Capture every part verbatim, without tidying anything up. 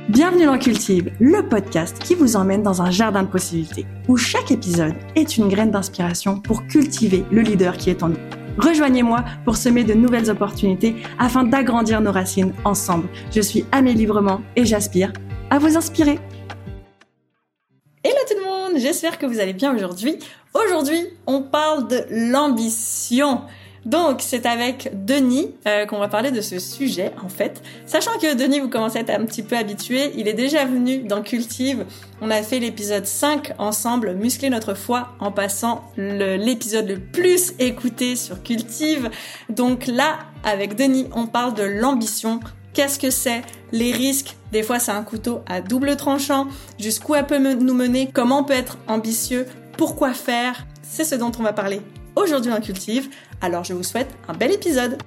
Bienvenue dans Cultive, le podcast qui vous emmène dans un jardin de possibilités, où chaque épisode est une graine d'inspiration pour cultiver le leader qui est en nous. Rejoignez-moi pour semer de nouvelles opportunités afin d'agrandir nos racines ensemble. Je suis Amélie Brement et j'aspire à vous inspirer. Hello tout le monde, j'espère que vous allez bien aujourd'hui. Aujourd'hui, on parle de l'ambition. Donc, c'est avec Denis euh, qu'on va parler de ce sujet, en fait. Sachant que Denis, vous commencez à être un petit peu habitué, il est déjà venu dans Cultive. On a fait l'épisode cinq ensemble, Muscler notre foi, en passant le, l'épisode le plus écouté sur Cultive. Donc là, avec Denis, on parle de l'ambition. Qu'est-ce que c'est? Les risques? Des fois, c'est un couteau à double tranchant. Jusqu'où elle peut nous mener? Comment on peut être ambitieux? Pourquoi faire? C'est ce dont on va parler aujourd'hui dans Cultive. Alors, je vous souhaite un bel épisode.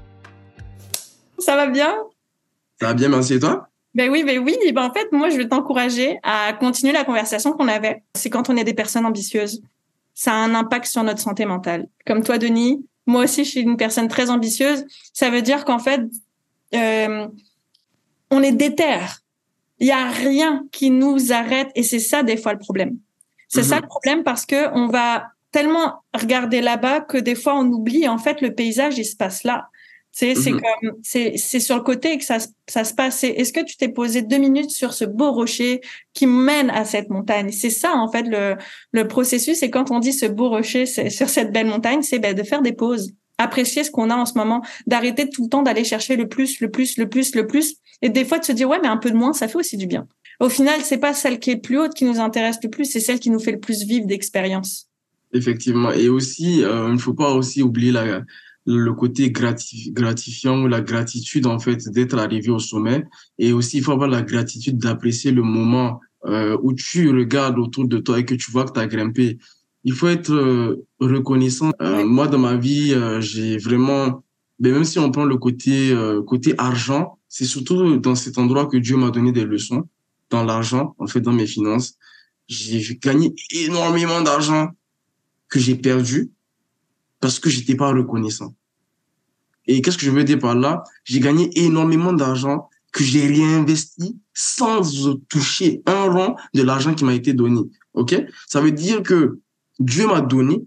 Ça va bien? Ça va bien, merci. Et toi? Ben oui, ben oui. Ben en fait, moi, je vais t'encourager à continuer la conversation qu'on avait. C'est quand on est des personnes ambitieuses. Ça a un impact sur notre santé mentale. Comme toi, Denis, moi aussi, je suis une personne très ambitieuse. Ça veut dire qu'en fait, euh, on est déter. Il y a rien qui nous arrête et c'est ça, des fois, le problème. C'est mm-hmm. ça le problème parce que on va tellement regarder là-bas que des fois on oublie en fait le paysage il se passe là. Tu sais, mm-hmm. c'est comme c'est c'est sur le côté que ça ça se passe. C'est, est-ce que tu t'es posé deux minutes sur ce beau rocher qui mène à cette montagne? C'est ça en fait le le processus. Et quand on dit ce beau rocher c'est sur cette belle montagne, c'est ben de faire des pauses, apprécier ce qu'on a en ce moment, d'arrêter tout le temps d'aller chercher le plus, le plus, le plus, le plus, et des fois de se dire ouais mais un peu de moins ça fait aussi du bien. Au final, c'est pas celle qui est plus haute qui nous intéresse le plus, c'est celle qui nous fait le plus vivre d'expérience. Effectivement. Et aussi, euh, il ne faut pas aussi oublier la, le côté gratif- gratifiant ou la gratitude, en fait, d'être arrivé au sommet. Et aussi, il faut avoir la gratitude d'apprécier le moment euh, où tu regardes autour de toi et que tu vois que tu as grimpé. Il faut être euh, reconnaissant. Euh, moi, dans ma vie, euh, j'ai vraiment... Mais même si on prend le côté, euh, côté argent, c'est surtout dans cet endroit que Dieu m'a donné des leçons. Dans l'argent, en fait, dans mes finances. J'ai gagné énormément d'argent que j'ai perdu parce que j'étais pas reconnaissant. Et qu'est-ce que je veux dire par là? J'ai gagné énormément d'argent que j'ai réinvesti sans toucher un rond de l'argent qui m'a été donné. OK? Ça veut dire que Dieu m'a donné,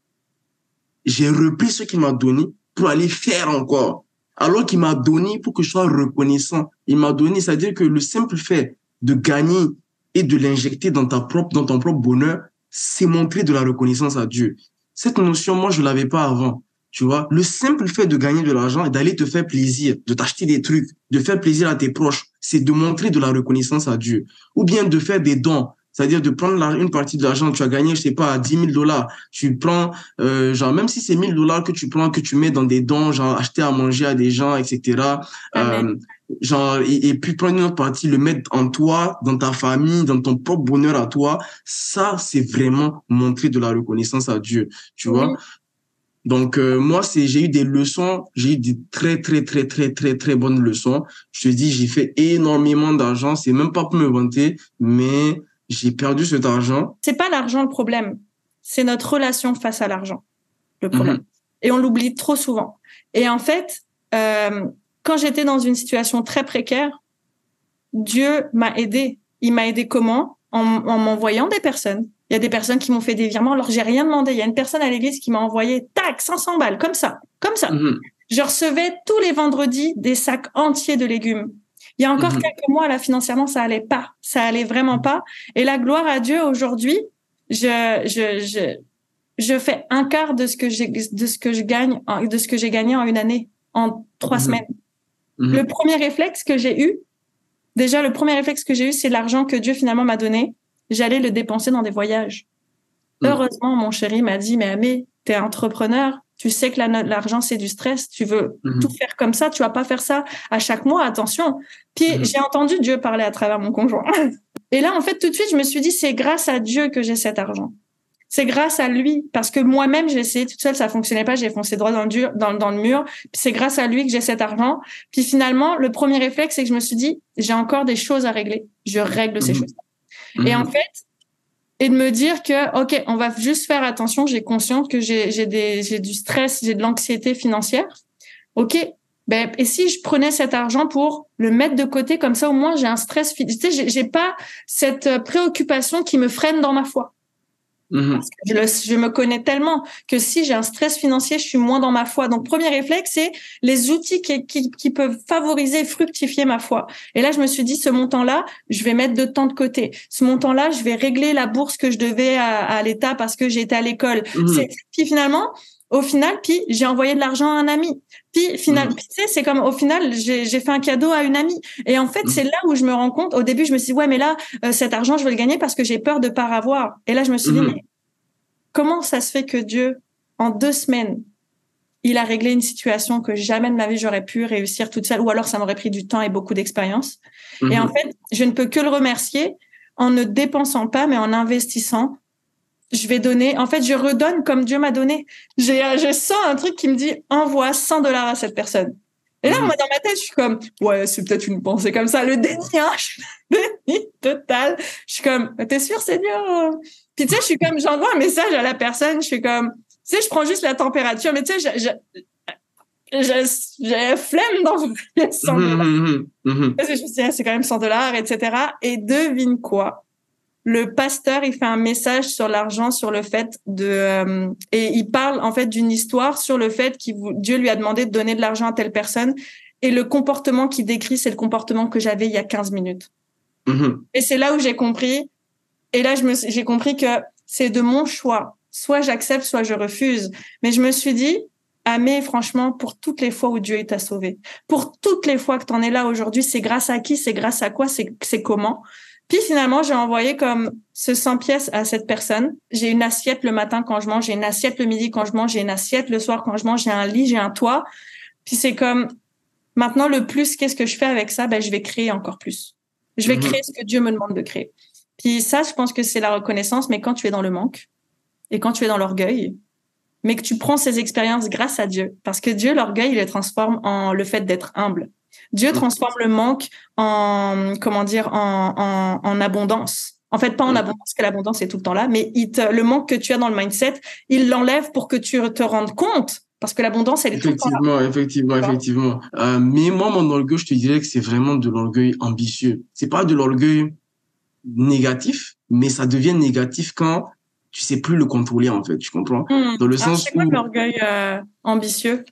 j'ai repris ce qu'il m'a donné pour aller faire encore. Alors qu'il m'a donné pour que je sois reconnaissant. Il m'a donné, c'est-à-dire que le simple fait de gagner et de l'injecter dans ta propre, dans ton propre bonheur, c'est montrer de la reconnaissance à Dieu. Cette notion, moi, je l'avais pas avant. Tu vois, le simple fait de gagner de l'argent et d'aller te faire plaisir, de t'acheter des trucs, de faire plaisir à tes proches, c'est de montrer de la reconnaissance à Dieu. Ou bien de faire des dons, c'est-à-dire de prendre la, une partie de l'argent que tu as gagné, je sais pas, à dix mille dollars. Tu prends, euh, genre, même si c'est mille dollars que tu prends, que tu mets dans des dons, genre, acheter à manger à des gens, et cetera. Euh, genre, et, et puis prendre une autre partie, le mettre en toi, dans ta famille, dans ton propre bonheur à toi. Ça, c'est vraiment montrer de la reconnaissance à Dieu. Tu Oui. vois? Donc, euh, moi, c'est, j'ai eu des leçons, j'ai eu des très, très, très, très, très, très bonnes leçons. Je te dis, j'ai fait énormément d'argent. C'est même pas pour me vanter, mais j'ai perdu cet argent. C'est pas l'argent le problème. C'est notre relation face à l'argent, le problème. Mm-hmm. Et on l'oublie trop souvent. Et en fait, euh, quand j'étais dans une situation très précaire, Dieu m'a aidé. Il m'a aidé comment? En, en m'envoyant des personnes. Il y a des personnes qui m'ont fait des virements alors j'ai rien demandé. Il y a une personne à l'église qui m'a envoyé, tac, cinq cents balles, comme ça, comme ça. Mm-hmm. Je recevais tous les vendredis des sacs entiers de légumes. Il y a encore mm-hmm. quelques mois, là, financièrement, ça allait pas. Ça allait vraiment pas. Et la gloire à Dieu, aujourd'hui, je, je, je, je fais un quart de ce que j'ai, de ce que je gagne, de ce que j'ai gagné en une année, en trois mm-hmm. semaines. Mm-hmm. Le premier réflexe que j'ai eu, déjà, le premier réflexe que j'ai eu, c'est l'argent que Dieu finalement m'a donné. J'allais le dépenser dans des voyages. Mmh. Heureusement, mon chéri m'a dit, mais Amé, t'es entrepreneur, tu sais que la, l'argent, c'est du stress, tu veux mmh. tout faire comme ça, tu vas pas faire ça à chaque mois, attention. Puis, mmh. j'ai entendu Dieu parler à travers mon conjoint. Et là, en fait, tout de suite, je me suis dit, c'est grâce à Dieu que j'ai cet argent. C'est grâce à lui, parce que moi-même, j'ai essayé toute seule, ça fonctionnait pas, j'ai foncé droit dans le, dur, dans, dans le mur. Puis c'est grâce à lui que j'ai cet argent. Puis finalement, le premier réflexe, c'est que je me suis dit, j'ai encore des choses à régler. Je règle mmh. ces choses. Mmh. Et en fait, et de me dire que, OK, on va juste faire attention, j'ai conscience que j'ai, j'ai des, j'ai du stress, j'ai de l'anxiété financière. OK, Ben, et si je prenais cet argent pour le mettre de côté, comme ça, au moins, j'ai un stress, tu sais, j'ai, j'ai pas cette préoccupation qui me freine dans ma foi. Mhm. Parce que je, le, je me connais tellement que si j'ai un stress financier, je suis moins dans ma foi. Donc, premier réflexe, c'est les outils qui, qui, qui peuvent favoriser et fructifier ma foi. Et là, je me suis dit, ce montant-là, je vais mettre de temps de côté. Ce montant-là, je vais régler la bourse que je devais à, à l'État parce que j'étais à l'école. Mhm. C'est, puis finalement, au final, puis j'ai envoyé de l'argent à un ami. Puis finalement, Mhm. tu sais, c'est comme au final, j'ai, j'ai fait un cadeau à une amie. Et en fait, Mhm. c'est là où je me rends compte. Au début, je me suis dit, ouais, mais là, euh, cet argent, je vais le gagner parce que j'ai peur de pas avoir. Et là, je me suis dit, Mhm. mais comment ça se fait que Dieu, en deux semaines, il a réglé une situation que jamais de ma vie j'aurais pu réussir toute seule, ou alors ça m'aurait pris du temps et beaucoup d'expérience. Mhm. Et en fait, je ne peux que le remercier en ne dépensant pas, mais en investissant. Je vais donner, en fait, je redonne comme Dieu m'a donné. J'ai, euh, je sens un truc qui me dit, envoie cent dollars à cette personne. Et là, Mhm. moi, dans ma tête, je suis comme, ouais, c'est peut-être une pensée comme ça, le déni, hein, je suis déni total. Je suis comme, t'es sûr, Seigneur? Puis tu sais, je suis comme, j'envoie un message à la personne, je suis comme, tu sais, je prends juste la température, mais tu sais, je, je, je, j'ai flemme d'envoyer cent dollars. Mhm. Mhm. Parce que je me suis dit, ah, c'est quand même cent dollars, et cetera. Et devine quoi? Le pasteur, il fait un message sur l'argent, sur le fait de, euh, et il parle en fait d'une histoire sur le fait que Dieu lui a demandé de donner de l'argent à telle personne. Et le comportement qu'il décrit, c'est le comportement que j'avais il y a quinze minutes. Mhm. Et c'est là où j'ai compris. Et là, je me, j'ai compris que c'est de mon choix. Soit j'accepte, soit je refuse. Mais je me suis dit, Amé, franchement, pour toutes les fois où Dieu t'a sauvé, pour toutes les fois que t'en es là aujourd'hui, c'est grâce à qui, c'est grâce à quoi, c'est, c'est comment. Puis finalement, j'ai envoyé comme ce cent pièces à cette personne. J'ai une assiette le matin quand je mange, j'ai une assiette le midi quand je mange, j'ai une assiette le soir quand je mange, j'ai un lit, j'ai un toit. Puis c'est comme, maintenant, le plus, qu'est-ce que je fais avec ça? Ben, je vais créer encore plus. Je vais créer Mhm. ce que Dieu me demande de créer. Puis ça, je pense que c'est la reconnaissance, mais quand tu es dans le manque et quand tu es dans l'orgueil, mais que tu prends ces expériences grâce à Dieu, parce que Dieu, l'orgueil, il le transforme en le fait d'être humble. Dieu transforme le manque en, comment dire, en, en, en abondance. En fait, pas en Mhm. abondance, parce que l'abondance est tout le temps là, mais il te, le manque que tu as dans le mindset, il l'enlève pour que tu te rendes compte, parce que l'abondance, elle est tout le temps là. Effectivement, effectivement, effectivement. Euh, mais moi, mon orgueil, je te dirais que c'est vraiment de l'orgueil ambitieux. C'est pas de l'orgueil négatif, mais ça devient négatif quand tu sais plus le contrôler, en fait. Tu comprends? Hmm. Dans le Alors, sens c'est quoi où, l'orgueil euh, ambitieux?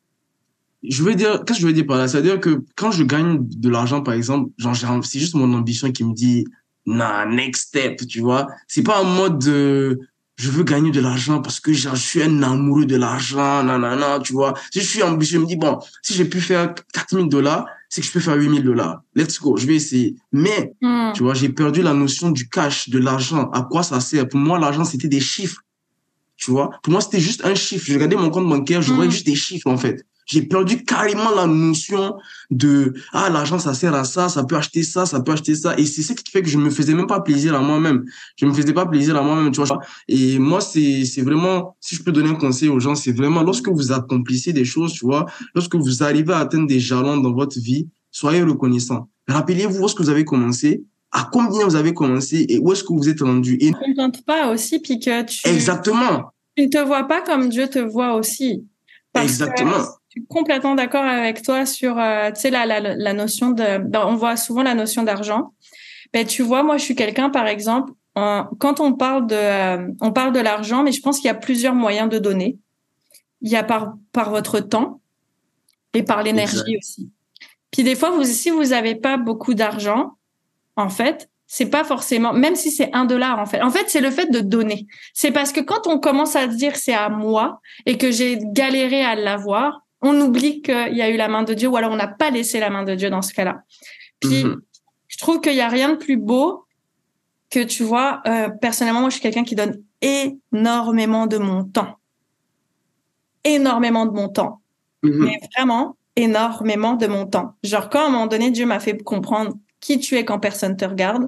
je veux dire, qu'est-ce que je veux dire par là? C'est-à-dire que quand je gagne de l'argent, par exemple, genre, j'ai- c'est juste mon ambition qui me dit, nah, next step, tu vois. C'est pas en mode de, je veux gagner de l'argent parce que genre, je suis un amoureux de l'argent, nanana, tu vois. Si je suis ambitieux, je me dis, bon, si j'ai pu faire quatre mille dollars, c'est que je peux faire huit mille dollars. Let's go, je vais essayer. Mais, Hmm. tu vois, j'ai perdu la notion du cash, de l'argent. À quoi ça sert? Pour moi, l'argent, c'était des chiffres. Tu vois, pour moi, c'était juste un chiffre. Je regardais mon compte bancaire, je voyais Hmm. juste des chiffres, en fait. J'ai perdu carrément la notion de, ah, l'argent, ça sert à ça, ça peut acheter ça, ça peut acheter ça. Et c'est ce qui fait que je me faisais même pas plaisir à moi-même. Je me faisais pas plaisir à moi-même, tu vois. Et moi, c'est, c'est vraiment, si je peux donner un conseil aux gens, c'est vraiment lorsque vous accomplissez des choses, tu vois, lorsque vous arrivez à atteindre des jalons dans votre vie, soyez reconnaissant. Rappelez-vous où est-ce que vous avez commencé, à combien vous avez commencé et où est-ce que vous êtes rendu. Et Ne te contente pas aussi, puis que tu, exactement, tu ne te vois pas comme Dieu te voit aussi. Parce que exactement. je suis complètement d'accord avec toi sur, euh, tu sais, la, la, la notion de, dans- on voit souvent la notion d'argent. Ben, tu vois, moi, je suis quelqu'un, par exemple, en- quand on parle de, euh, on parle de l'argent, mais je pense qu'il y a plusieurs moyens de donner. Il y a par, par votre temps et par l'énergie Exact. aussi. Puis des fois, vous, si vous avez pas beaucoup d'argent, en fait, c'est pas forcément, même si c'est un dollar, en fait. En fait, c'est le fait de donner. C'est parce que quand on commence à se dire c'est à moi et que j'ai galéré à l'avoir, on oublie qu'il y a eu la main de Dieu ou alors on n'a pas laissé la main de Dieu dans ce cas-là. Puis, Mhm. je trouve qu'il y a rien de plus beau que, tu vois, euh, personnellement, moi, je suis quelqu'un qui donne énormément de mon temps. Énormément de mon temps. Mais Mhm. vraiment, énormément de mon temps. Genre, quand à un moment donné, Dieu m'a fait comprendre qui tu es quand personne te regarde,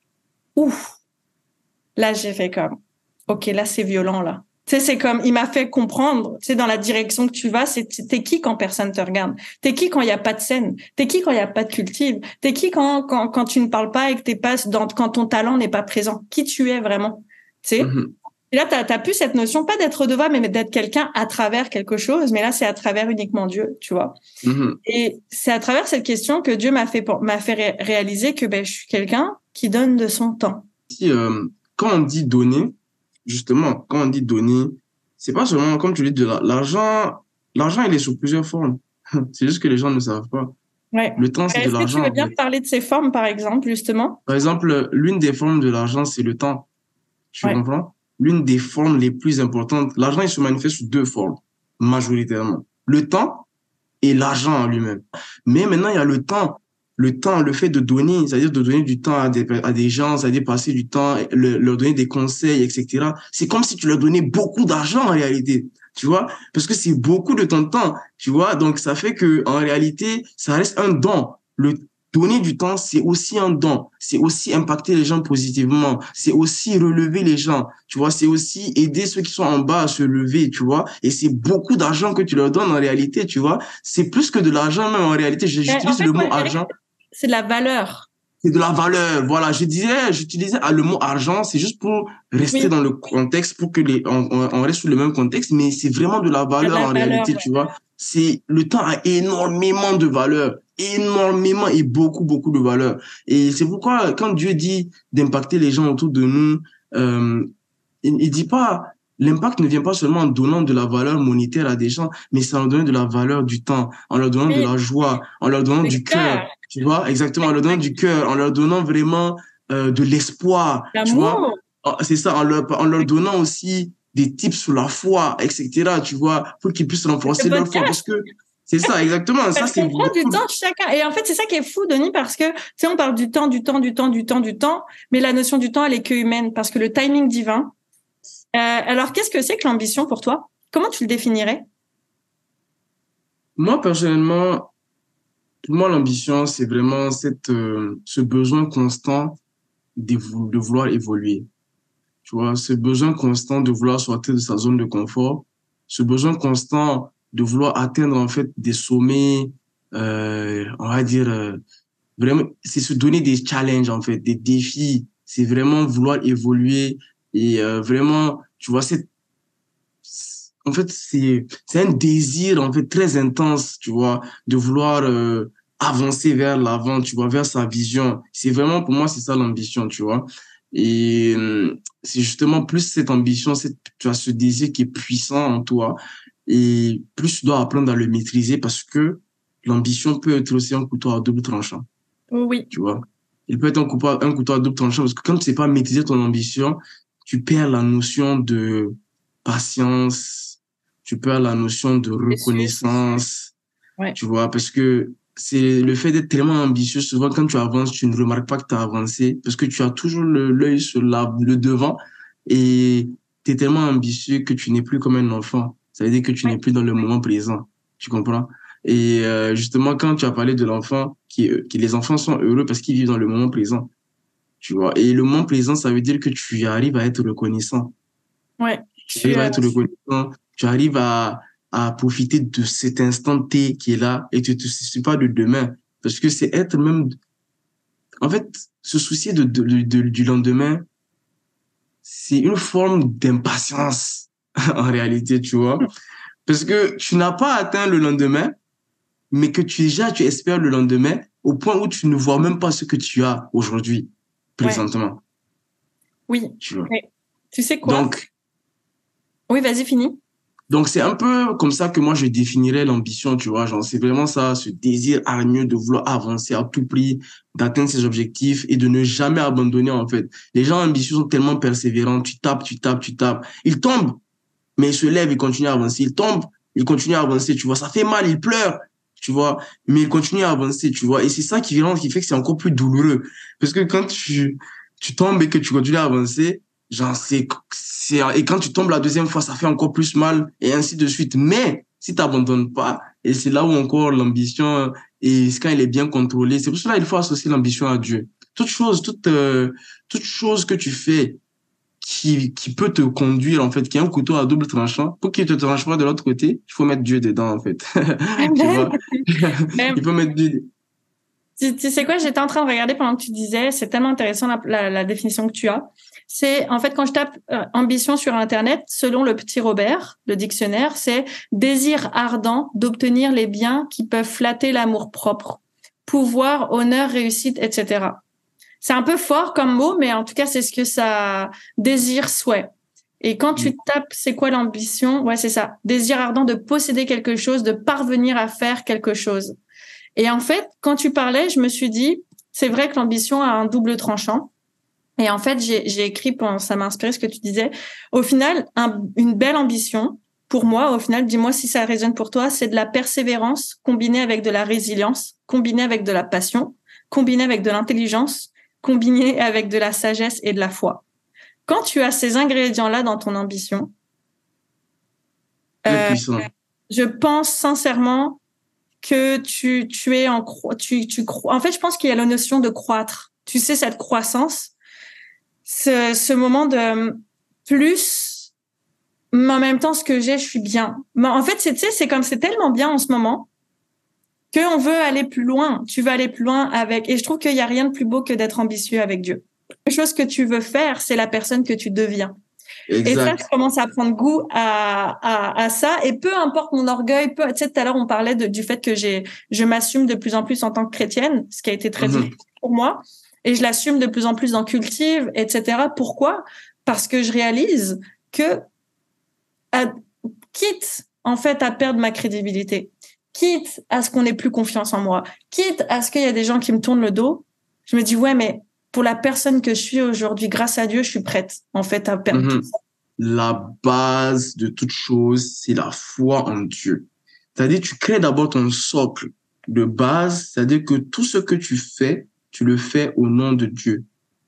ouf, là, j'ai fait comme, OK, là, c'est violent, là. Tu sais, c'est comme, il m'a fait comprendre, tu sais, dans la direction que tu vas, c'est, t'es qui quand personne te regarde? T'es qui quand il y a pas de scène? T'es qui quand il y a pas de cultive? T'es qui quand, quand, quand tu ne parles pas et que t'es pas dans, quand ton talent n'est pas présent? Qui tu es vraiment? Tu sais? Mhm. Et là, t'as, t'as plus cette notion, pas d'être redevable, mais d'être quelqu'un à travers quelque chose. Mais là, c'est à travers uniquement Dieu, tu vois. Mhm. Et c'est à travers cette question que Dieu m'a fait, m'a fait ré- réaliser que ben, je suis quelqu'un qui donne de son temps. Si, euh, quand on dit donner, justement, quand on dit donner, c'est pas seulement, comme tu dis, de la- l'argent, l'argent, il est sous plusieurs formes. C'est juste que les gens ne savent pas. Ouais. Le temps, c'est de Est-ce que tu veux l'argent, en bien fait. me parler de ces formes, par exemple, justement? Par exemple, l'une des formes de l'argent, c'est le temps. Tu Ouais. comprends? L'une des formes les plus importantes, l'argent, il se manifeste sous deux formes, majoritairement. Le temps et l'argent en lui-même. Mais maintenant, il y a le temps. Le temps, le fait de donner, c'est-à-dire de donner du temps à des, à des gens, c'est-à-dire passer du temps, le- leur donner des conseils, et cetera. C'est comme si tu leur donnais beaucoup d'argent en réalité, tu vois, parce que c'est beaucoup de ton temps, tu vois. Donc, ça fait que en réalité, ça reste un don. Le donner du temps, c'est aussi un don. C'est aussi impacter les gens positivement. C'est aussi relever les gens, tu vois. C'est aussi aider ceux qui sont en bas à se lever, tu vois. Et c'est beaucoup d'argent que tu leur donnes en réalité, tu vois. C'est plus que de l'argent même en réalité. Et en J'utilise fait, le moi, mot je dirais argent. que c'est de la valeur. C'est de la valeur. Voilà, je disais, j'utilisais ah, le mot argent, c'est juste pour rester Oui, dans le contexte, pour que les, on, on on reste sous le même contexte, mais c'est vraiment de la il y a de valeur la en valeur, réalité, ouais. tu vois. C'est, le temps a énormément de valeur, énormément et beaucoup, beaucoup de valeur. Et c'est pourquoi, quand Dieu dit d'impacter les gens autour de nous, euh, il, il dit pas, l'impact ne vient pas seulement en donnant de la valeur monétaire à des gens, mais c'est en donnant de la valeur du temps, en leur donnant de Oui, la joie, en leur donnant le du cœur, cœur, tu vois, exactement, en leur donnant du cœur, en leur donnant vraiment euh, de l'espoir, tu vois. l'amour. Ah, c'est ça, en leur, en leur donnant aussi des tips sur la foi, et cetera, tu vois, pour qu'ils puissent Ce renforcer leur foi. Parce podcast, que c'est ça, exactement, ça, parce c'est qu'on prend du beaucoup. temps chacun. Et en fait, c'est ça qui est fou, Denis, parce que, tu sais, on parle du temps, du temps, du temps, du temps, du temps, mais la notion du temps, elle est que humaine, parce que le timing divin. Euh, alors, qu'est-ce que c'est que l'ambition pour toi? Comment tu le définirais? Moi, personnellement, pour moi, l'ambition, c'est vraiment cette, euh, ce besoin constant de, vou- de vouloir évoluer. Tu vois, ce besoin constant de vouloir sortir de sa zone de confort, ce besoin constant de vouloir atteindre en fait des sommets, euh, on va dire, euh, vraiment, c'est se donner des challenges en fait, des défis. C'est vraiment vouloir évoluer et euh, vraiment, tu vois, c'est, en fait, c'est, c'est un désir en fait très intense, tu vois, de vouloir euh, avancer vers l'avant, tu vois, vers sa vision. C'est vraiment pour moi, c'est ça l'ambition, tu vois. Et euh, c'est justement plus cette ambition, cette, tu as ce désir qui est puissant en toi et plus tu dois apprendre à le maîtriser parce que l'ambition peut être aussi un couteau à double tranchant, Oui, tu vois. Il peut être un couteau, un couteau à double tranchant parce que quand tu sais pas maîtriser ton ambition, tu perds la notion de patience, tu perds la notion de processus. reconnaissance, Ouais. tu vois, parce que c'est le fait d'être tellement ambitieux. Souvent, quand tu avances, tu ne remarques pas que tu as avancé parce que tu as toujours le- l'œil sur la, le devant et tu es tellement ambitieux que tu n'es plus comme un enfant. Ça veut dire que tu Ouais. n'es plus dans le moment présent. Tu comprends? Et euh, justement, quand tu as parlé de l'enfant, qui, qui les enfants sont heureux parce qu'ils vivent dans le moment présent, tu vois. Et le moment présent, ça veut dire que tu arrives à être reconnaissant. Ouais. Je Tu suis, arrives à euh, être reconnaissant, tu arrives à, à profiter de cet instant T qui est là et tu te soucies pas de demain. Parce que c'est être même, en fait, se soucier de, de, de- du lendemain, c'est une forme d'impatience en réalité, tu vois. Parce que tu n'as pas atteint le lendemain, mais que tu déjà, tu espères le lendemain au point où tu ne vois même pas ce que tu as aujourd'hui, ouais. présentement, Oui. tu vois. Ouais. Tu sais quoi? Donc, Oui, vas-y, fini. Donc, c'est un peu comme ça que moi, je définirais l'ambition, tu vois. Genre, c'est vraiment ça, ce désir hargneux de vouloir avancer à tout prix, d'atteindre ses objectifs et de ne jamais abandonner, en fait. Les gens ambitieux sont tellement persévérants. Tu tapes, tu tapes, tu tapes. Ils tombent, mais ils se lèvent, ils continuent à avancer. Ils tombent, ils continuent à avancer, tu vois. Ça fait mal, ils pleurent, tu vois. Mais ils continuent à avancer, tu vois. Et c'est ça qui rend, qui fait que c'est encore plus douloureux. Parce que quand tu, tu tombes et que tu continues à avancer, genre, c'est, c'est, et quand tu tombes la deuxième fois, ça fait encore plus mal et ainsi de suite. Mais si tu n'abandonnes pas, et c'est là où encore l'ambition, et quand elle est bien contrôlée, c'est pour cela qu'il faut associer l'ambition à Dieu. Toute chose, toute, euh, toute chose que tu fais qui, qui peut te conduire, en fait, qui est un couteau à double tranchant, pour qu'il te tranche pas de l'autre côté, il faut mettre Dieu dedans, en fait. Tu vois? Euh, Il faut mettre Dieu. Tu, tu sais quoi, j'étais en train de regarder pendant que tu disais, c'est tellement intéressant la, la, la définition que tu as. C'est, en fait, quand je tape euh, ambition sur Internet, selon le petit Robert, le dictionnaire, c'est désir ardent d'obtenir les biens qui peuvent flatter l'amour-propre, pouvoir, honneur, réussite, et cetera. C'est un peu fort comme mot, mais en tout cas, c'est ce que ça désire, souhait. Et quand tu tapes, c'est quoi l'ambition? Ouais, c'est ça. Désir ardent de posséder quelque chose, de parvenir à faire quelque chose. Et en fait, quand tu parlais, je me suis dit, c'est vrai que l'ambition a un double tranchant. Et en fait, j'ai, j'ai écrit, ça m'a inspiré ce que tu disais. Au final, un, une belle ambition, pour moi, au final, dis-moi si ça résonne pour toi, c'est de la persévérance combinée avec de la résilience, combinée avec de la passion, combinée avec de l'intelligence, combinée avec de la sagesse et de la foi. Quand tu as ces ingrédients-là dans ton ambition, euh, je pense sincèrement que tu, tu es en cro- tu, tu crois. En fait, je pense qu'il y a la notion de croître. Tu sais, cette croissance, ce, ce moment de plus, mais en même temps, ce que j'ai, je suis bien. Mais en fait, c'est, tu sais, c'est comme, c'est tellement bien en ce moment qu'on veut aller plus loin. Tu veux aller plus loin avec, et je trouve qu'il y a rien de plus beau que d'être ambitieux avec Dieu. La chose que tu veux faire, c'est la personne que tu deviens. Exact. Et ça, je commence à prendre goût à, à, à ça. Et peu importe mon orgueil, peu, tu sais, tout à l'heure, on parlait de, du fait que j'ai, je m'assume de plus en plus en tant que chrétienne, ce qui a été très mm-hmm. difficile pour moi. Et je l'assume de plus en plus dans Cultive, et cetera. Pourquoi? Parce que je réalise que, à, quitte, en fait, à perdre ma crédibilité, quitte à ce qu'on ait plus confiance en moi, quitte à ce qu'il y a des gens qui me tournent le dos, je me dis, ouais, mais pour la personne que je suis aujourd'hui, grâce à Dieu, je suis prête, en fait, à perdre mm-hmm. tout ça. La base de toute chose, c'est la foi en Dieu. C'est-à-dire, tu crées d'abord ton socle de base, c'est-à-dire que tout ce que tu fais, tu le fais au nom de Dieu.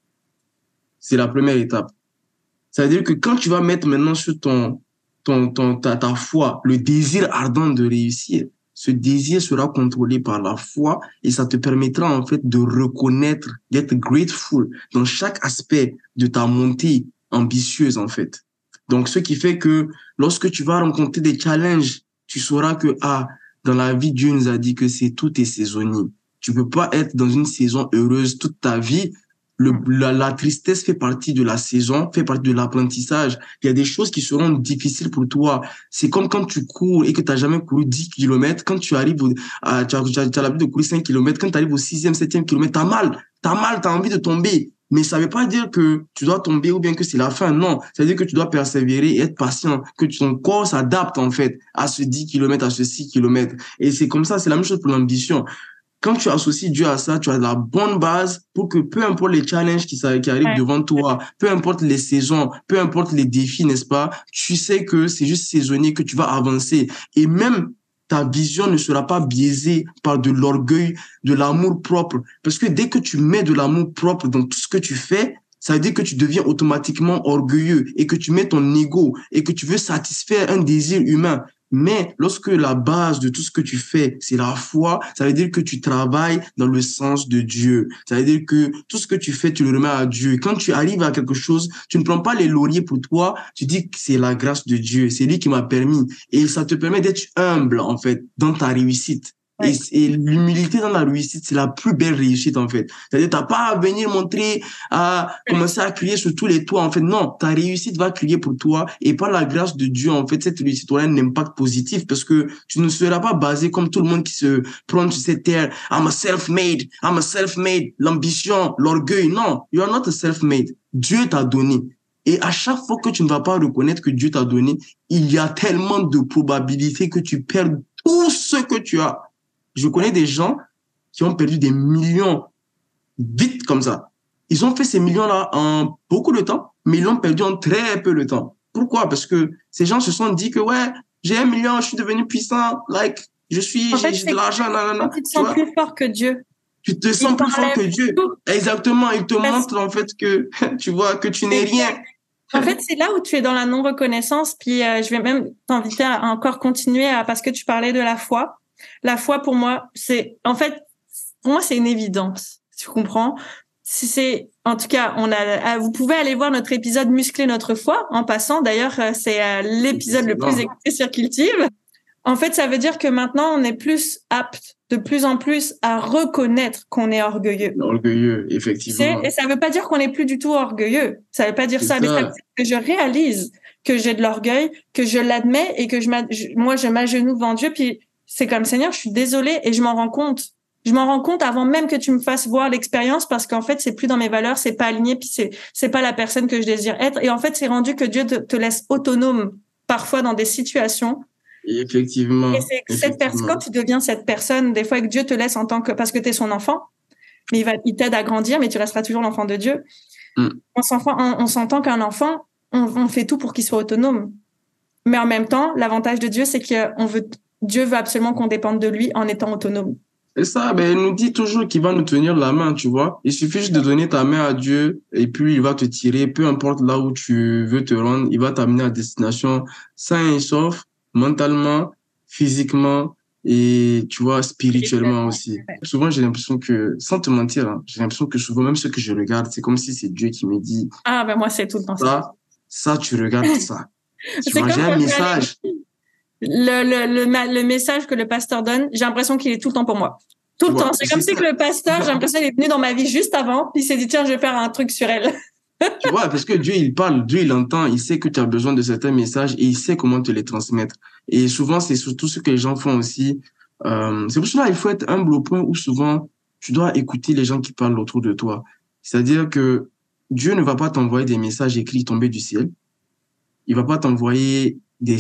C'est la première étape. C'est-à-dire que quand tu vas mettre maintenant sur ton, ton, ton, ta, ta foi, le désir ardent de réussir, ce désir sera contrôlé par la foi et ça te permettra en fait de reconnaître, d'être grateful dans chaque aspect de ta montée ambitieuse en fait. Donc, ce qui fait que lorsque tu vas rencontrer des challenges, tu sauras que, ah, dans la vie, Dieu nous a dit que c'est tout est saisonnier. Tu peux pas être dans une saison heureuse toute ta vie. Le, la, la tristesse fait partie de la saison, fait partie de l'apprentissage. Il y a des choses qui seront difficiles pour toi. C'est comme quand tu cours et que tu n'as jamais couru dix kilomètres. Quand tu arrives, au, à, tu as, tu as, tu as l'habitude de courir cinq kilomètres. Quand tu arrives au sixième, septième kilomètre, tu as mal. Tu as mal, tu as envie de tomber. Mais ça ne veut pas dire que tu dois tomber ou bien que c'est la fin. Non, ça veut dire que tu dois persévérer et être patient, que ton corps s'adapte en fait à ce dix kilomètres, à ce six kilomètres. Et c'est comme ça, c'est la même chose pour l'ambition. Quand tu associes Dieu à ça, tu as la bonne base pour que peu importe les challenges qui, qui arrivent ouais. devant toi, peu importe les saisons, peu importe les défis, n'est-ce pas, tu sais que c'est juste saisonnier, que tu vas avancer. Et même ta vision ne sera pas biaisée par de l'orgueil, de l'amour propre. Parce que dès que tu mets de l'amour propre dans tout ce que tu fais, ça veut dire que tu deviens automatiquement orgueilleux et que tu mets ton ego et que tu veux satisfaire un désir humain. Mais lorsque la base de tout ce que tu fais, c'est la foi, ça veut dire que tu travailles dans le sens de Dieu. Ça veut dire que tout ce que tu fais, tu le remets à Dieu. Quand tu arrives à quelque chose, tu ne prends pas les lauriers pour toi, tu dis que c'est la grâce de Dieu, c'est lui qui m'a permis. Et ça te permet d'être humble, en fait, dans ta réussite. Ouais. Et, et l'humilité dans la réussite, c'est la plus belle réussite, en fait. C'est-à-dire, t'as pas à venir montrer, à commencer à crier sur tous les toits, en fait. Non, ta réussite va crier pour toi. Et par la grâce de Dieu, en fait, cette réussite aura un impact positif parce que tu ne seras pas basé comme tout le monde qui se prend sur cette terre. I'm a self-made, I'm a self-made. L'ambition, l'orgueil. Non, you are not a self-made. Dieu t'a donné. Et à chaque fois que tu ne vas pas reconnaître que Dieu t'a donné, il y a tellement de probabilités que tu perds tout ce que tu as. Je connais des gens qui ont perdu des millions vite comme ça. Ils ont fait ces millions-là en beaucoup de temps, mais ils l'ont perdu en très peu de temps. Pourquoi? Parce que ces gens se sont dit que ouais, j'ai un million, je suis devenu puissant, like, je suis, en j'ai, fait, j'ai de l'argent, nanana. Tu te sens plus fort que Dieu. Tu te sens plus fort que Dieu. Tout. Exactement. Il te Parce... montre en fait que tu vois que tu n'es rien. En fait, c'est là où tu es dans la non-reconnaissance. Puis euh, je vais même t'inviter à encore continuer à, parce que tu parlais de la foi. La foi, pour moi, c'est, en fait, pour moi, c'est une évidence. Tu comprends? Si c'est, en tout cas, on a, vous pouvez aller voir notre épisode Muscler notre foi. En passant, d'ailleurs, c'est l'épisode le plus écouté sur Cultive. En fait, ça veut dire que maintenant, on est plus apte de plus en plus à reconnaître qu'on est orgueilleux. Orgueilleux, effectivement. Et ça veut pas dire qu'on n'est plus du tout orgueilleux. Ça veut pas dire ça, ça, mais ça veut dire que je réalise que j'ai de l'orgueil, que je l'admets et que je, je moi, je m'agenouille devant Dieu. Puis c'est comme Seigneur, je suis désolée et je m'en rends compte. Je m'en rends compte avant même que tu me fasses voir l'expérience parce qu'en fait, c'est plus dans mes valeurs, c'est pas aligné, puis c'est, c'est pas la personne que je désire être. Et en fait, c'est rendu que Dieu te, te laisse autonome parfois dans des situations. Effectivement. Et c'est effectivement. cette personne, quand tu deviens cette personne, des fois que Dieu te laisse en tant que, parce que t'es son enfant, mais il va, il t'aide à grandir, mais tu resteras toujours l'enfant de Dieu. Mm. On s'entend, on, on s'entend qu'un enfant, on, on fait tout pour qu'il soit autonome. Mais en même temps, l'avantage de Dieu, c'est que on veut, Dieu veut absolument qu'on dépende de lui en étant autonome. Et ça, ben, il nous dit toujours qu'il va nous tenir la main, tu vois. Il suffit juste de donner ta main à Dieu et puis il va te tirer, peu importe là où tu veux te rendre, il va t'amener à destination sain et sauf, mentalement, physiquement et, tu vois, spirituellement aussi. Souvent, j'ai l'impression que, sans te mentir, hein, j'ai l'impression que souvent, même ce que je regarde, c'est comme si c'est Dieu qui me dit. Ah, ben, moi, c'est tout le temps ça. Ça, ça, tu regardes ça. Tu vois, j'ai un message. Le, le, le, le message que le pasteur donne, j'ai l'impression qu'il est tout le temps pour moi. Tout le temps. C'est comme si que le pasteur, j'ai l'impression qu'il est venu dans ma vie juste avant, puis il s'est dit, tiens, je vais faire un truc sur elle. Tu vois, parce que Dieu, il parle, Dieu, il entend, il sait que tu as besoin de certains messages et il sait comment te les transmettre. Et souvent, c'est surtout ce que les gens font aussi. Euh, c'est pour cela qu'il faut être humble au point où souvent, tu dois écouter les gens qui parlent autour de toi. C'est-à-dire que Dieu ne va pas t'envoyer des messages écrits tombés du ciel. Il va pas t'envoyer des...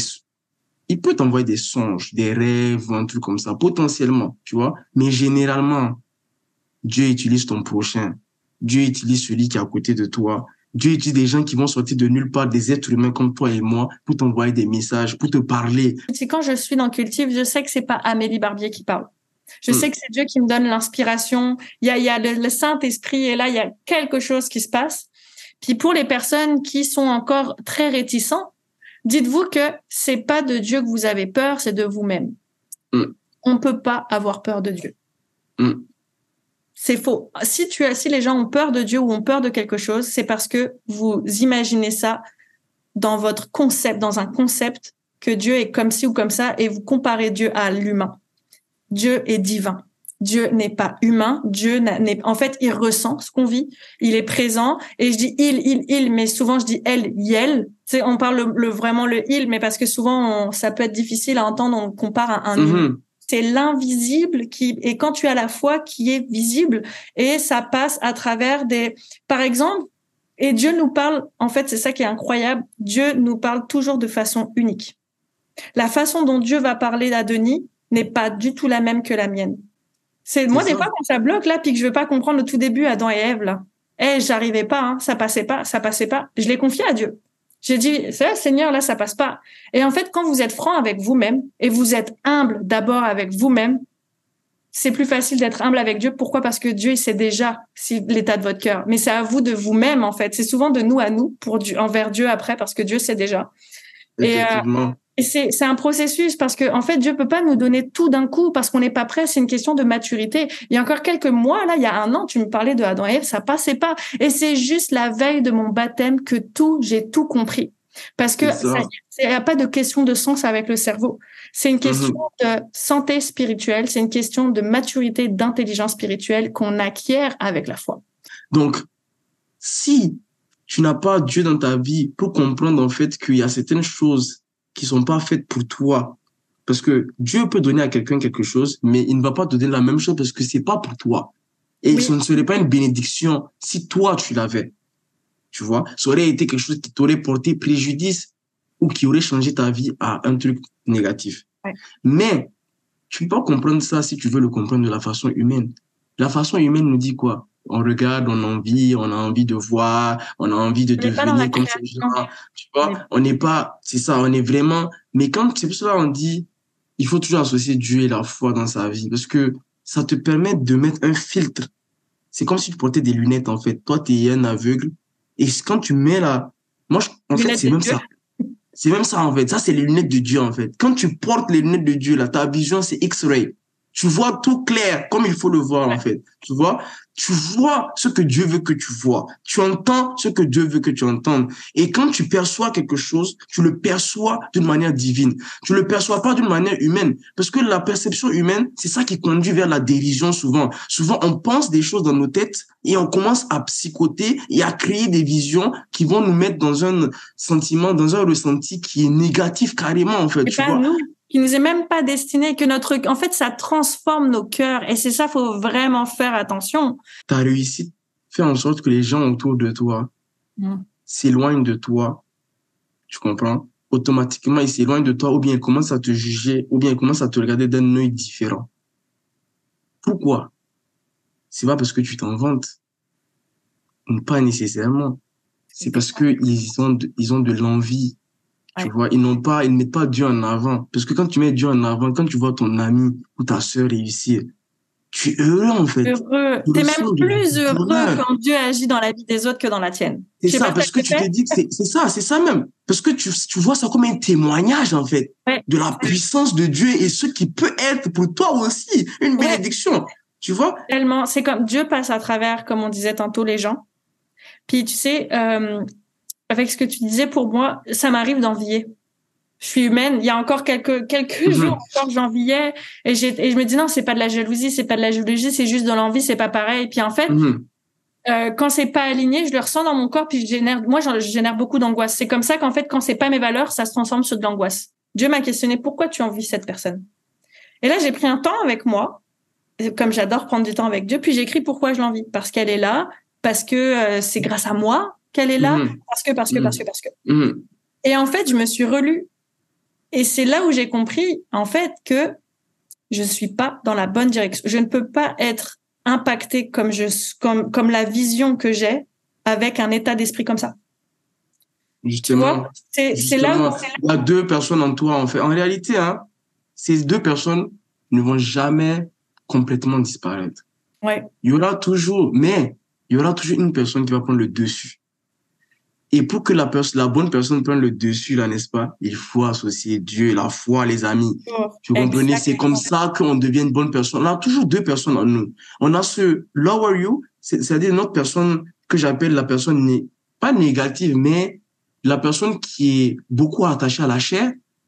Il peut t'envoyer des songes, des rêves ou un truc comme ça, potentiellement, tu vois. Mais généralement, Dieu utilise ton prochain. Dieu utilise celui qui est à côté de toi. Dieu utilise des gens qui vont sortir de nulle part, des êtres humains comme toi et moi, pour t'envoyer des messages, pour te parler. C'est quand je suis dans Cultive, je sais que c'est pas Amélie Barbier qui parle. Je mmh. sais que c'est Dieu qui me donne l'inspiration. Il y a, il y a le, le Saint-Esprit et là, il y a quelque chose qui se passe. Puis pour les personnes qui sont encore très réticents, dites-vous que c'est pas de Dieu que vous avez peur, c'est de vous-même. Mm. On peut pas avoir peur de Dieu. Mm. C'est faux. Si tu as, si les gens ont peur de Dieu ou ont peur de quelque chose, c'est parce que vous imaginez ça dans votre concept, dans un concept que Dieu est comme ci ou comme ça et vous comparez Dieu à l'humain. Dieu est divin. Dieu n'est pas humain. Dieu n'est, en fait, il ressent ce qu'on vit. Il est présent. Et je dis il, il, il, mais souvent je dis elle, yel. Tu sais, on parle le, le, vraiment le il, mais parce que souvent on, ça peut être difficile à entendre. On compare à un humain. Mm-hmm. C'est l'invisible qui, et quand tu as la foi qui est visible, et ça passe à travers des, par exemple, et Dieu nous parle, en fait, c'est ça qui est incroyable. Dieu nous parle toujours de façon unique. La façon dont Dieu va parler à Denis n'est pas du tout la même que la mienne. C'est, moi, ça. Des fois, quand ça bloque, là, puis que je veux pas comprendre le tout début, Adam et Ève, là. Eh, j'arrivais pas, hein, ça passait pas, ça passait pas. Je l'ai confié à Dieu. J'ai dit, c'est là, Seigneur, là, ça passe pas. Et en fait, quand vous êtes franc avec vous-même et vous êtes humble d'abord avec vous-même, c'est plus facile d'être humble avec Dieu. Pourquoi? Parce que Dieu, il sait déjà si l'état de votre cœur. Mais c'est à vous de vous-même, en fait. C'est souvent de nous à nous pour Dieu, envers Dieu après, parce que Dieu sait déjà. Et, euh, et c'est, c'est un processus parce que, en fait, Dieu peut pas nous donner tout d'un coup parce qu'on n'est pas prêt. C'est une question de maturité. Il y a encore quelques mois, là, il y a un an, tu me parlais de Adam et Ève, ça passait pas. Et c'est juste la veille de mon baptême que tout, j'ai tout compris. Parce que il n'y a pas de question de sens avec le cerveau. C'est une question mm-hmm. de santé spirituelle. C'est une question de maturité, d'intelligence spirituelle qu'on acquiert avec la foi. Donc, si tu n'as pas Dieu dans ta vie pour comprendre en fait qu'il y a certaines choses qui sont pas faites pour toi. Parce que Dieu peut donner à quelqu'un quelque chose, mais il ne va pas te donner la même chose parce que c'est pas pour toi. Et oui. Ce ne serait pas une bénédiction si toi, tu l'avais. Tu vois? Ça aurait été quelque chose qui t'aurait porté préjudice ou qui aurait changé ta vie à un truc négatif. Ouais. Mais, tu peux pas comprendre ça si tu veux le comprendre de la façon humaine. La façon humaine nous dit quoi? On regarde, on a envie, on a envie de voir, on a envie de devenir comme ces gens. Tu vois, on n'est pas, c'est ça, on est vraiment, mais quand, c'est pour cela on dit, il faut toujours associer Dieu et la foi dans sa vie, parce que ça te permet de mettre un filtre. C'est comme si tu portais des lunettes, en fait. Toi, t'es un aveugle, et quand tu mets là, moi, je, en fait, c'est même ça. C'est même ça, en fait. Ça, c'est les lunettes de Dieu, en fait. Quand tu portes les lunettes de Dieu, là, ta vision, c'est X-ray. Tu vois tout clair, comme il faut le voir, en fait. Tu vois? Tu vois ce que Dieu veut que tu vois. Tu entends ce que Dieu veut que tu entendes. Et quand tu perçois quelque chose, tu le perçois d'une manière divine. Tu le perçois pas d'une manière humaine. Parce que la perception humaine, c'est ça qui conduit vers la dérision souvent. Souvent, on pense des choses dans nos têtes et on commence à psychoter et à créer des visions qui vont nous mettre dans un sentiment, dans un ressenti qui est négatif carrément, en fait. Et tu pas vois? nous, qui nous est même pas destiné, que notre, en fait, ça transforme nos cœurs. Et c'est ça, faut vraiment faire attention. Ta réussite fait en sorte que les gens autour de toi Mm. s'éloignent de toi, tu comprends? Automatiquement, ils s'éloignent de toi ou bien ils commencent à te juger ou bien ils commencent à te regarder d'un œil différent. Pourquoi? C'est pas parce que tu t'en vantes, pas nécessairement. C'est parce que ils ont de, ils ont de l'envie, tu Ouais. vois. Ils n'ont pas, ils ne mettent pas Dieu en avant. Parce que quand tu mets Dieu en avant, quand tu vois ton ami ou ta sœur réussir, tu es heureux, en fait. Heureux. Tu T'es même ressens de plus heureux bonheur. quand Dieu agit dans la vie des autres que dans la tienne. C'est Je sais ça, pas si parce ça que te tu te fait. dis que c'est c'est ça, c'est ça même. Parce que tu, tu vois ça comme un témoignage, en fait, Ouais. de la puissance de Dieu et ce qui peut être pour toi aussi une Ouais. bénédiction. Tu vois? Tellement, c'est comme Dieu passe à travers, comme on disait tantôt, les gens. Puis tu sais, euh, avec ce que tu disais, pour moi, ça m'arrive d'envier. Je suis humaine. Il y a encore quelques quelques Mhm. jours encore, j'enviais et, j'ai, et je me dis non, c'est pas de la jalousie, c'est pas de la jalousie, c'est juste de l'envie, c'est pas pareil. Puis en fait, Mhm. euh, quand c'est pas aligné, je le ressens dans mon corps, puis je génère, moi, j'en- je génère beaucoup d'angoisse. C'est comme ça qu'en fait, quand c'est pas mes valeurs, ça se transforme sur de l'angoisse. Dieu m'a questionné pourquoi tu envies cette personne. Et là, j'ai pris un temps avec moi, comme j'adore prendre du temps avec Dieu, puis j'écris pourquoi je l'envie, parce qu'elle est là, parce que euh, c'est grâce à moi qu'elle est là, Mhm. parce que, parce que, parce que, parce que. Mhm. Et en fait, je me suis relue. Et c'est là où j'ai compris, en fait, que je suis pas dans la bonne direction. Je ne peux pas être impactée comme je, comme, comme la vision que j'ai avec un état d'esprit comme ça. Tu Justement, vois? C'est, c'est là où, justement, il y a deux personnes en toi, en fait. En réalité, hein, ces deux personnes ne vont jamais complètement disparaître. ouais. Il y aura toujours, mais il y aura toujours une personne qui va prendre le dessus. Et pour que la, pers- la bonne personne prenne le dessus, là, n'est-ce pas, il faut associer Dieu et la foi, les amis. Vous comprenez? C'est comme ça qu'on devient une bonne personne. On a toujours deux personnes en nous. On a ce lower you, c'est- c'est-à-dire notre personne que j'appelle la personne, né- pas négative, mais la personne qui est beaucoup attachée à la chair.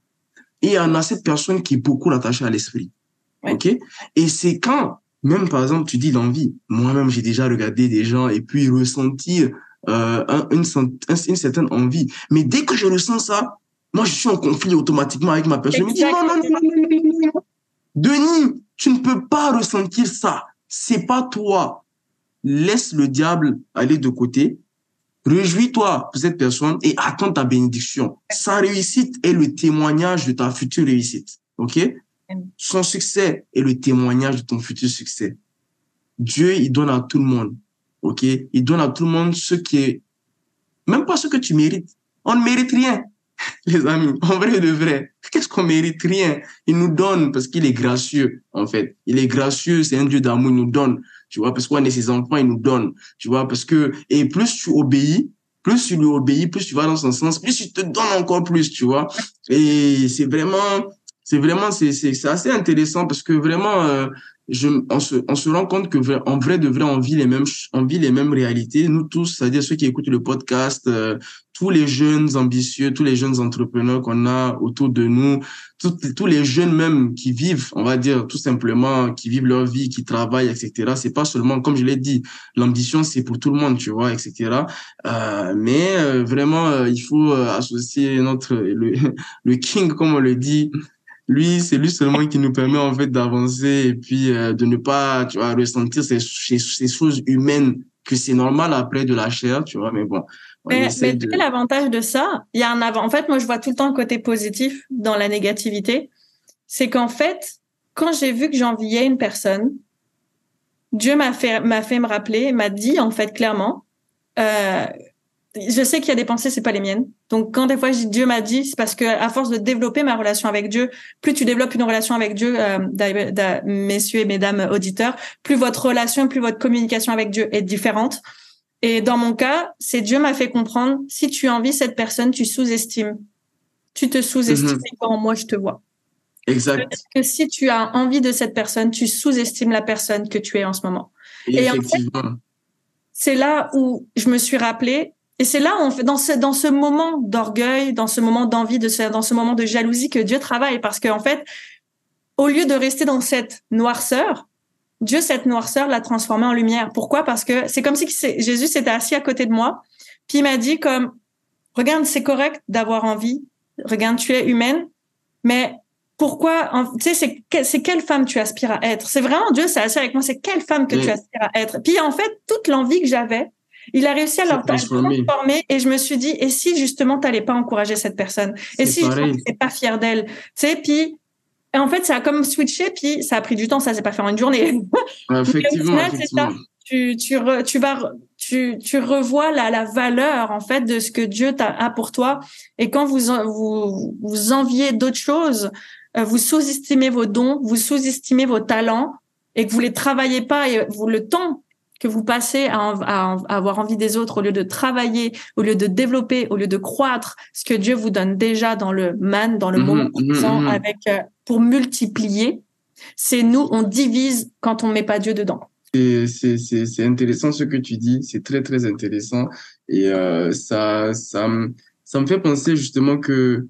Et on a cette personne qui est beaucoup attachée à l'esprit. Ouais. OK? Et c'est quand, même par exemple, tu dis l'envie. Moi-même, j'ai déjà regardé des gens et puis ressentir euh, un, une, une certaine envie. Mais dès que je ressens ça, moi, je suis en conflit automatiquement avec ma personne. Je me dis non, non, non, non, non, non, non, non. Denis, tu ne peux pas ressentir ça. C'est pas toi. Laisse le diable aller de côté. Réjouis-toi pour cette personne et attends ta bénédiction. Sa réussite est le témoignage de ta future réussite. OK? Son succès est le témoignage de ton futur succès. Dieu, il donne à tout le monde. OK? Il donne à tout le monde ce qui est, même pas ce que tu mérites. On ne mérite rien, les amis. En vrai de vrai. Qu'est-ce qu'on mérite? Rien. Il nous donne parce qu'il est gracieux, en fait. Il est gracieux, c'est un Dieu d'amour, il nous donne. Tu vois, parce qu'on est ses enfants, il nous donne. Tu vois, parce que, et plus tu obéis, plus tu lui obéis, plus tu vas dans son sens, plus il te donne encore plus, tu vois. Et c'est vraiment, c'est vraiment, c'est, c'est, c'est assez intéressant parce que vraiment, euh, je, on se, on se rend compte que, en vrai de vrai, on vit les mêmes, on vit les mêmes réalités. Nous tous, c'est-à-dire ceux qui écoutent le podcast, euh, tous les jeunes ambitieux, tous les jeunes entrepreneurs qu'on a autour de nous, tous, tous les jeunes même qui vivent, on va dire tout simplement, qui vivent leur vie, qui travaillent, et cetera. C'est pas seulement, comme je l'ai dit, l'ambition c'est pour tout le monde, tu vois, et cetera. Euh, mais euh, vraiment, euh, il faut euh, associer notre le, le king, comme on le dit. Lui, c'est lui seulement qui nous permet en fait d'avancer et puis euh, de ne pas, tu vois, ressentir ces, ces, ces choses humaines que c'est normal après de la chair, tu vois. Mais bon, on Mais, essaie mais de. tu sais, l'avantage de ça, il y a un avant. En fait, moi, je vois tout le temps le côté positif dans la négativité. C'est qu'en fait, quand j'ai vu que j'enviais une personne, Dieu m'a fait, m'a fait me rappeler, m'a dit, en fait, clairement, euh, je sais qu'il y a des pensées, c'est pas les miennes. Donc, quand des fois je dis Dieu m'a dit, c'est parce que à force de développer ma relation avec Dieu, plus tu développes une relation avec Dieu, euh, d'a- d'a- messieurs et mesdames auditeurs, plus votre relation, plus votre communication avec Dieu est différente. Et dans mon cas, c'est Dieu m'a fait comprendre, si tu envies cette personne, tu sous-estimes. Tu te sous-estimes Mhm. quand moi je te vois. Exact. Que si tu as envie de cette personne, tu sous-estimes la personne que tu es en ce moment. Et, et effectivement. En fait, c'est là où je me suis rappelée, et c'est là où on fait, dans ce, dans ce moment d'orgueil, dans ce moment d'envie, de ce, dans ce moment de jalousie que Dieu travaille. Parce qu'en fait, au lieu de rester dans cette noirceur, Dieu, cette noirceur, l'a transformée en lumière. Pourquoi? Parce que c'est comme si Jésus s'était assis à côté de moi, puis il m'a dit comme, regarde, c'est correct d'avoir envie. Regarde, tu es humaine, mais pourquoi, tu sais, c'est, c'est quelle femme tu aspires à être? C'est vraiment Dieu, c'est assis avec moi, c'est quelle femme que oui. tu aspires à être? Puis en fait, toute l'envie que j'avais, il a réussi à la transformer. Et je me suis dit, et si justement t'allais pas encourager cette personne? Et si pareil. je n'étais pas fière d'elle? Tu sais, puis et en fait, ça a comme switché, puis ça a pris du temps, ça s'est pas fait en une journée. Effectivement, final, effectivement. C'est ça. Tu, tu, re, tu vas, tu, tu revois la, la valeur, en fait, de ce que Dieu t'a, a pour toi. Et quand vous, vous, vous enviez d'autres choses, vous sous-estimez vos dons, vous sous-estimez vos talents et que vous les travaillez pas et vous, le temps que vous passez à, à, à avoir envie des autres au lieu de travailler, au lieu de développer, au lieu de croître ce que Dieu vous donne déjà dans le man, dans le mmh, moment présent mmh, avec, euh, pour multiplier. C'est nous, on divise quand on met pas Dieu dedans. C'est, c'est, c'est, c'est intéressant ce que tu dis, c'est très, très intéressant. Et euh, ça, ça, ça me fait penser justement que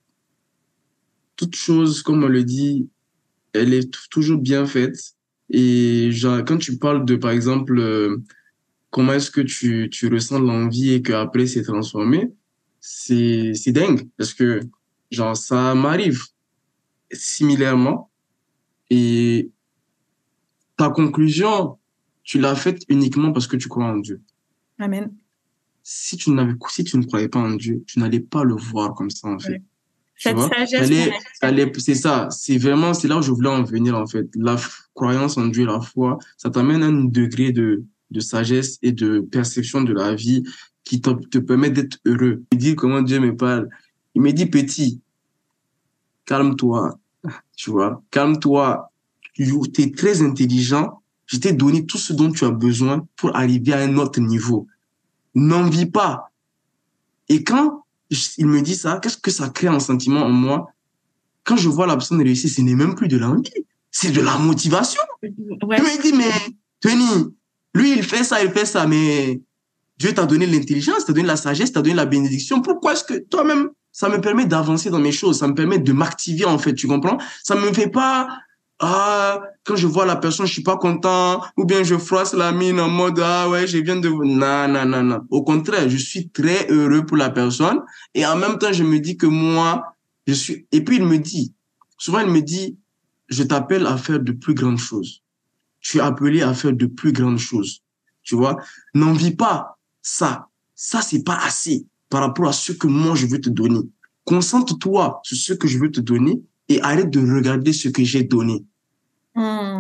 toute chose, comme on le dit, elle est t- toujours bien faite. Et genre, quand tu parles de, par exemple, euh, comment est-ce que tu, tu ressens l'envie et qu'après c'est transformé, c'est, c'est dingue. Parce que, genre, ça m'arrive similairement. Et ta conclusion, tu l'as faite uniquement parce que tu crois en Dieu. Amen. Si tu n'avais, si tu ne croyais pas en Dieu, tu n'allais pas le voir comme ça, en fait. Oui. Tu Cette vois? sagesse. T'allais, t'allais, c'est ça. C'est vraiment, c'est là où je voulais en venir, en fait. La f- croyance en Dieu, la foi, ça t'amène à un degré de, de sagesse et de perception de la vie qui te, te permet d'être heureux. Il dit comment Dieu me parle. Il me dit, petit, calme-toi, tu vois, calme-toi. Tu es très intelligent. Je t'ai donné tout ce dont tu as besoin pour arriver à un autre niveau. N'envie pas. Et quand il me dit ça, qu'est-ce que ça crée un sentiment en moi? Quand je vois la personne réussir, ce n'est même plus de l'envie, c'est de la motivation. Ouais. Je me dis, mais Tony, lui, il fait ça, il fait ça, mais Dieu t'a donné l'intelligence, t'a donné la sagesse, t'a donné la bénédiction. Pourquoi est-ce que toi-même, ça me permet d'avancer dans mes choses, ça me permet de m'activer, en fait, tu comprends? Ça me fait pas, ah, quand je vois la personne, je suis pas content, ou bien je froisse la mine en mode, ah ouais, je viens de... Non, non, non, non. Au contraire, je suis très heureux pour la personne, et en même temps, je me dis que moi, je suis... Et puis, il me dit, souvent, il me dit, je t'appelle à faire de plus grandes choses. Tu es appelé à faire de plus grandes choses. Tu vois? N'envie pas ça. Ça, c'est pas assez par rapport à ce que moi, je veux te donner. Concentre-toi sur ce que je veux te donner et arrête de regarder ce que j'ai donné. Mmh.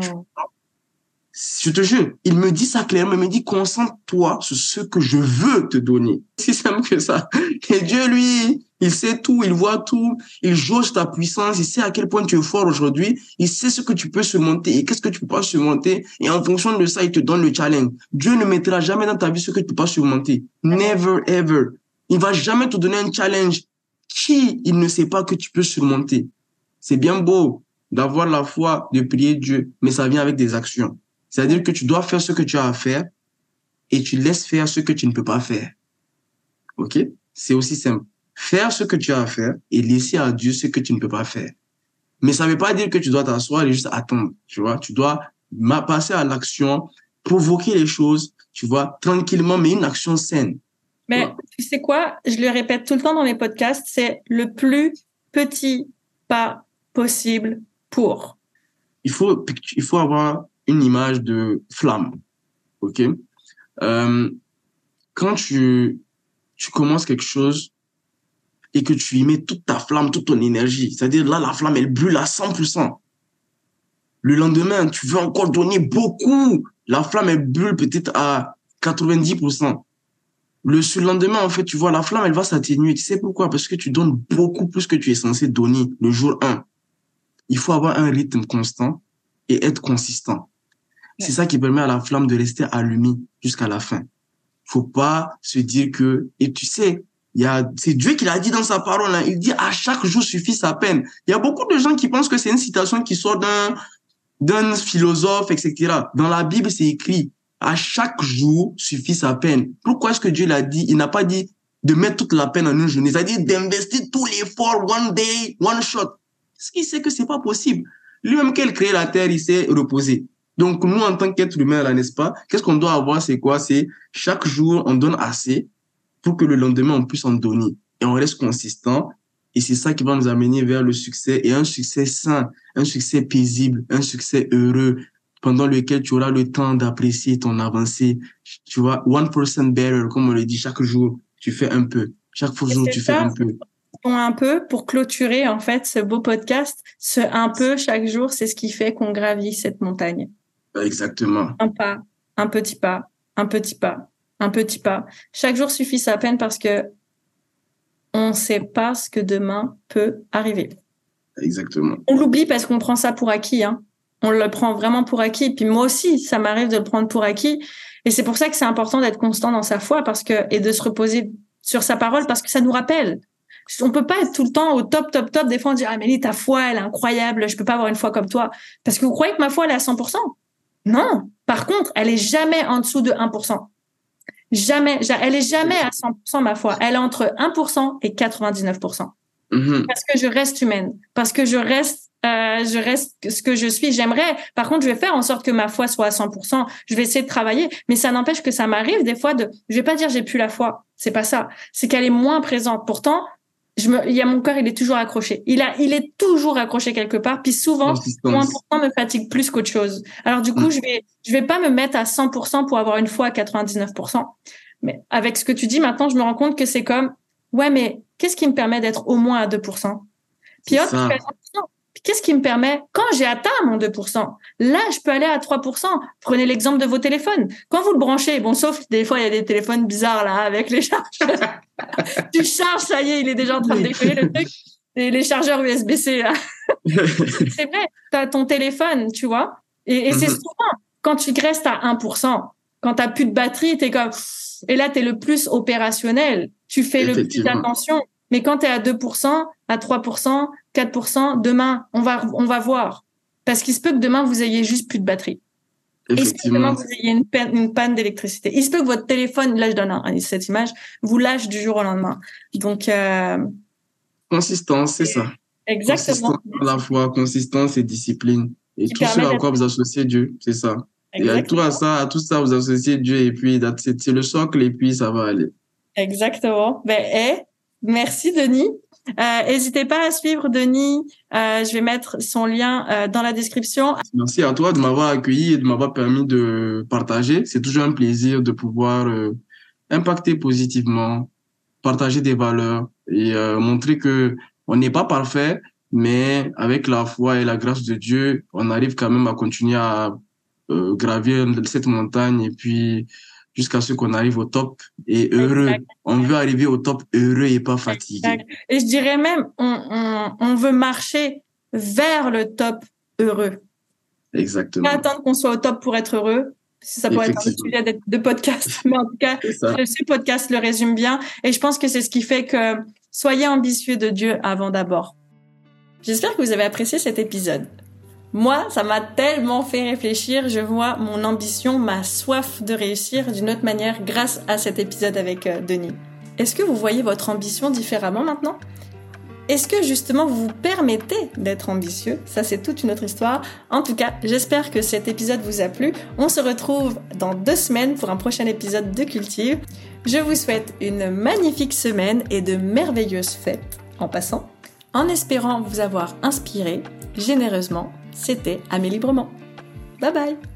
Je te jure, il me dit ça clairement, il me dit concentre-toi sur ce que je veux te donner. C'est si simple que ça. Et Dieu, lui, il sait tout, il voit tout, il jauge ta puissance, il sait à quel point tu es fort aujourd'hui, il sait ce que tu peux surmonter et qu'est-ce que tu peux pas surmonter. Et en fonction de ça, il te donne le challenge. Dieu ne mettra jamais dans ta vie ce que tu peux pas surmonter. Never, ever. Il va jamais te donner un challenge qui il ne sait pas que tu peux surmonter. C'est bien beau d'avoir la foi, de prier Dieu, mais ça vient avec des actions. C'est-à-dire que tu dois faire ce que tu as à faire et tu laisses faire ce que tu ne peux pas faire. OK? C'est aussi simple. Faire ce que tu as à faire et laisser à Dieu ce que tu ne peux pas faire. Mais ça ne veut pas dire que tu dois t'asseoir et juste attendre. Tu vois? Tu dois passer à l'action, provoquer les choses, tu vois, tranquillement, mais une action saine. Mais tu sais quoi? Je le répète tout le temps dans les podcasts, c'est le plus petit pas possible pour. Il faut, il faut avoir une image de flamme, ok? Euh, quand tu, tu commences quelque chose et que tu y mets toute ta flamme, toute ton énergie, c'est-à-dire là, la flamme, elle brûle à cent pour cent. Le lendemain, tu veux encore donner beaucoup. La flamme, elle brûle peut-être à quatre-vingt-dix pour cent. Le surlendemain, en fait, tu vois, la flamme, elle va s'atténuer. Tu sais pourquoi? Parce que tu donnes beaucoup plus que tu es censé donner le jour un. Il faut avoir un rythme constant et être consistant. C'est ça qui permet à la flamme de rester allumée jusqu'à la fin. Faut pas se dire que, et tu sais, Il y a, c'est Dieu qui l'a dit dans sa parole, hein. Il dit à chaque jour suffit sa peine. Il y a beaucoup de gens qui pensent que c'est une citation qui sort d'un, d'un philosophe, et cetera. Dans la Bible, c'est écrit à chaque jour suffit sa peine. Pourquoi est-ce que Dieu l'a dit? Il n'a pas dit de mettre toute la peine en une journée. Il a dit d'investir tout l'effort one day, one shot. Parce qu'il sait que c'est pas possible. Lui-même, qu'il crée la terre, il s'est reposé. Donc, nous, en tant qu'être humain, là, n'est-ce pas? Qu'est-ce qu'on doit avoir? C'est quoi? C'est chaque jour, on donne assez pour que le lendemain, on puisse en donner. Et on reste consistant. Et c'est ça qui va nous amener vers le succès. Et un succès sain, un succès paisible, un succès heureux, pendant lequel tu auras le temps d'apprécier ton avancée. Tu vois, one percent better, comme on le dit, chaque jour, tu fais un peu. Chaque jour, tu fais un peu. Un peu pour clôturer, en fait, ce beau podcast. Ce un peu chaque jour, c'est ce qui fait qu'on gravit cette montagne. Exactement. Un pas, un petit pas, un petit pas, un petit pas. Chaque jour suffit sa peine parce que on ne sait pas ce que demain peut arriver. Exactement. On l'oublie parce qu'on prend ça pour acquis, hein. On le prend vraiment pour acquis. Puis moi aussi, ça m'arrive de le prendre pour acquis. Et c'est pour ça que c'est important d'être constant dans sa foi parce que, et de se reposer sur sa parole parce que ça nous rappelle. On peut pas être tout le temps au top, top, top. Des fois, on dit, ah, Amélie, ta foi, elle est incroyable. Je peux pas avoir une foi comme toi. Parce que vous croyez que ma foi, elle est à cent pour cent? Non. Par contre, elle est jamais en dessous de un pour cent. Jamais. Elle est jamais à cent pour cent, ma foi. Elle est entre un pour cent et quatre-vingt-dix-neuf pour cent. Mm-hmm. Parce que je reste humaine. Parce que je reste, euh, je reste ce que je suis. J'aimerais, par contre, je vais faire en sorte que ma foi soit à cent pour cent. Je vais essayer de travailler. Mais ça n'empêche que ça m'arrive des fois de, je vais pas dire j'ai plus la foi. C'est pas ça. C'est qu'elle est moins présente. Pourtant, je me, il y a mon cœur, il est toujours accroché. Il a, il est toujours accroché quelque part. Puis souvent, moins pour cent me fatigue plus qu'autre chose. Alors du coup, mmh. je vais, je vais pas me mettre à cent pour cent pour avoir une foi à quatre-vingt-dix-neuf pour cent. Mais avec ce que tu dis maintenant, je me rends compte que c'est comme, ouais, mais qu'est-ce qui me permet d'être au moins à deux pour cent? Puis hop, je fais attention. Puis qu'est-ce qui me permet, quand j'ai atteint mon deux pour cent, là, je peux aller à trois pour cent. Prenez l'exemple de vos téléphones. Quand vous le branchez, bon, sauf des fois, il y a des téléphones bizarres, là, avec les chargeurs. Tu charges, ça y est, il est déjà en train de décoller le truc. Et les chargeurs U S B-C, là. C'est vrai, t'as ton téléphone, tu vois. Et, et mm-hmm. c'est souvent, quand tu restes à un pour cent, quand t'as plus de batterie, t'es comme, et là, t'es le plus opérationnel. Tu fais le plus d'attention. Mais quand t'es à deux pour cent, à trois pour cent, quatre pour cent, demain, on va, on va voir. Parce qu'il se peut que demain, vous ayez juste plus de batterie. Il se peut que demain, vous ayez une panne, une panne d'électricité. Il se peut que votre téléphone, là, je donne un, cette image, vous lâche du jour au lendemain. Donc, euh... consistance, c'est ça. Exactement. Consistance à la fois, consistance et discipline. Et tout ce à quoi vous associez Dieu, c'est ça. Exactement. Et à tout à ça, à tout ça, vous associez Dieu et puis, c'est le socle et puis ça va aller. Exactement. Ben, hey, merci, Denis. Euh, n'hésitez pas à suivre Denis. Euh, je vais mettre son lien euh, dans la description. Merci à toi de m'avoir accueilli et de m'avoir permis de partager. C'est toujours un plaisir de pouvoir euh, impacter positivement, partager des valeurs et euh, montrer que on n'est pas parfait, mais avec la foi et la grâce de Dieu, on arrive quand même à continuer à euh, gravir cette montagne et puis jusqu'à ce qu'on arrive au top et heureux. Exact. On veut arriver au top heureux et pas fatigué. Exact. Et je dirais même, on, on, on veut marcher vers le top heureux. Exactement. Pas attendre qu'on soit au top pour être heureux. Ça pourrait être un sujet de podcast. Mais en tout cas, ce podcast le résume bien. Et je pense que c'est ce qui fait que soyez ambitieux de Dieu avant d'abord. J'espère que vous avez apprécié cet épisode. Moi, ça m'a tellement fait réfléchir. Je vois mon ambition, ma soif de réussir d'une autre manière grâce à cet épisode avec euh, Denis. Est-ce que vous voyez votre ambition différemment maintenant? Est-ce que justement vous vous permettez d'être ambitieux? Ça, c'est toute une autre histoire. En tout cas, j'espère que cet épisode vous a plu. On se retrouve dans deux semaines pour un prochain épisode de Cultive. Je vous souhaite une magnifique semaine et de merveilleuses fêtes en passant. En espérant vous avoir inspiré généreusement. C'était Amélie Bremont. Bye bye!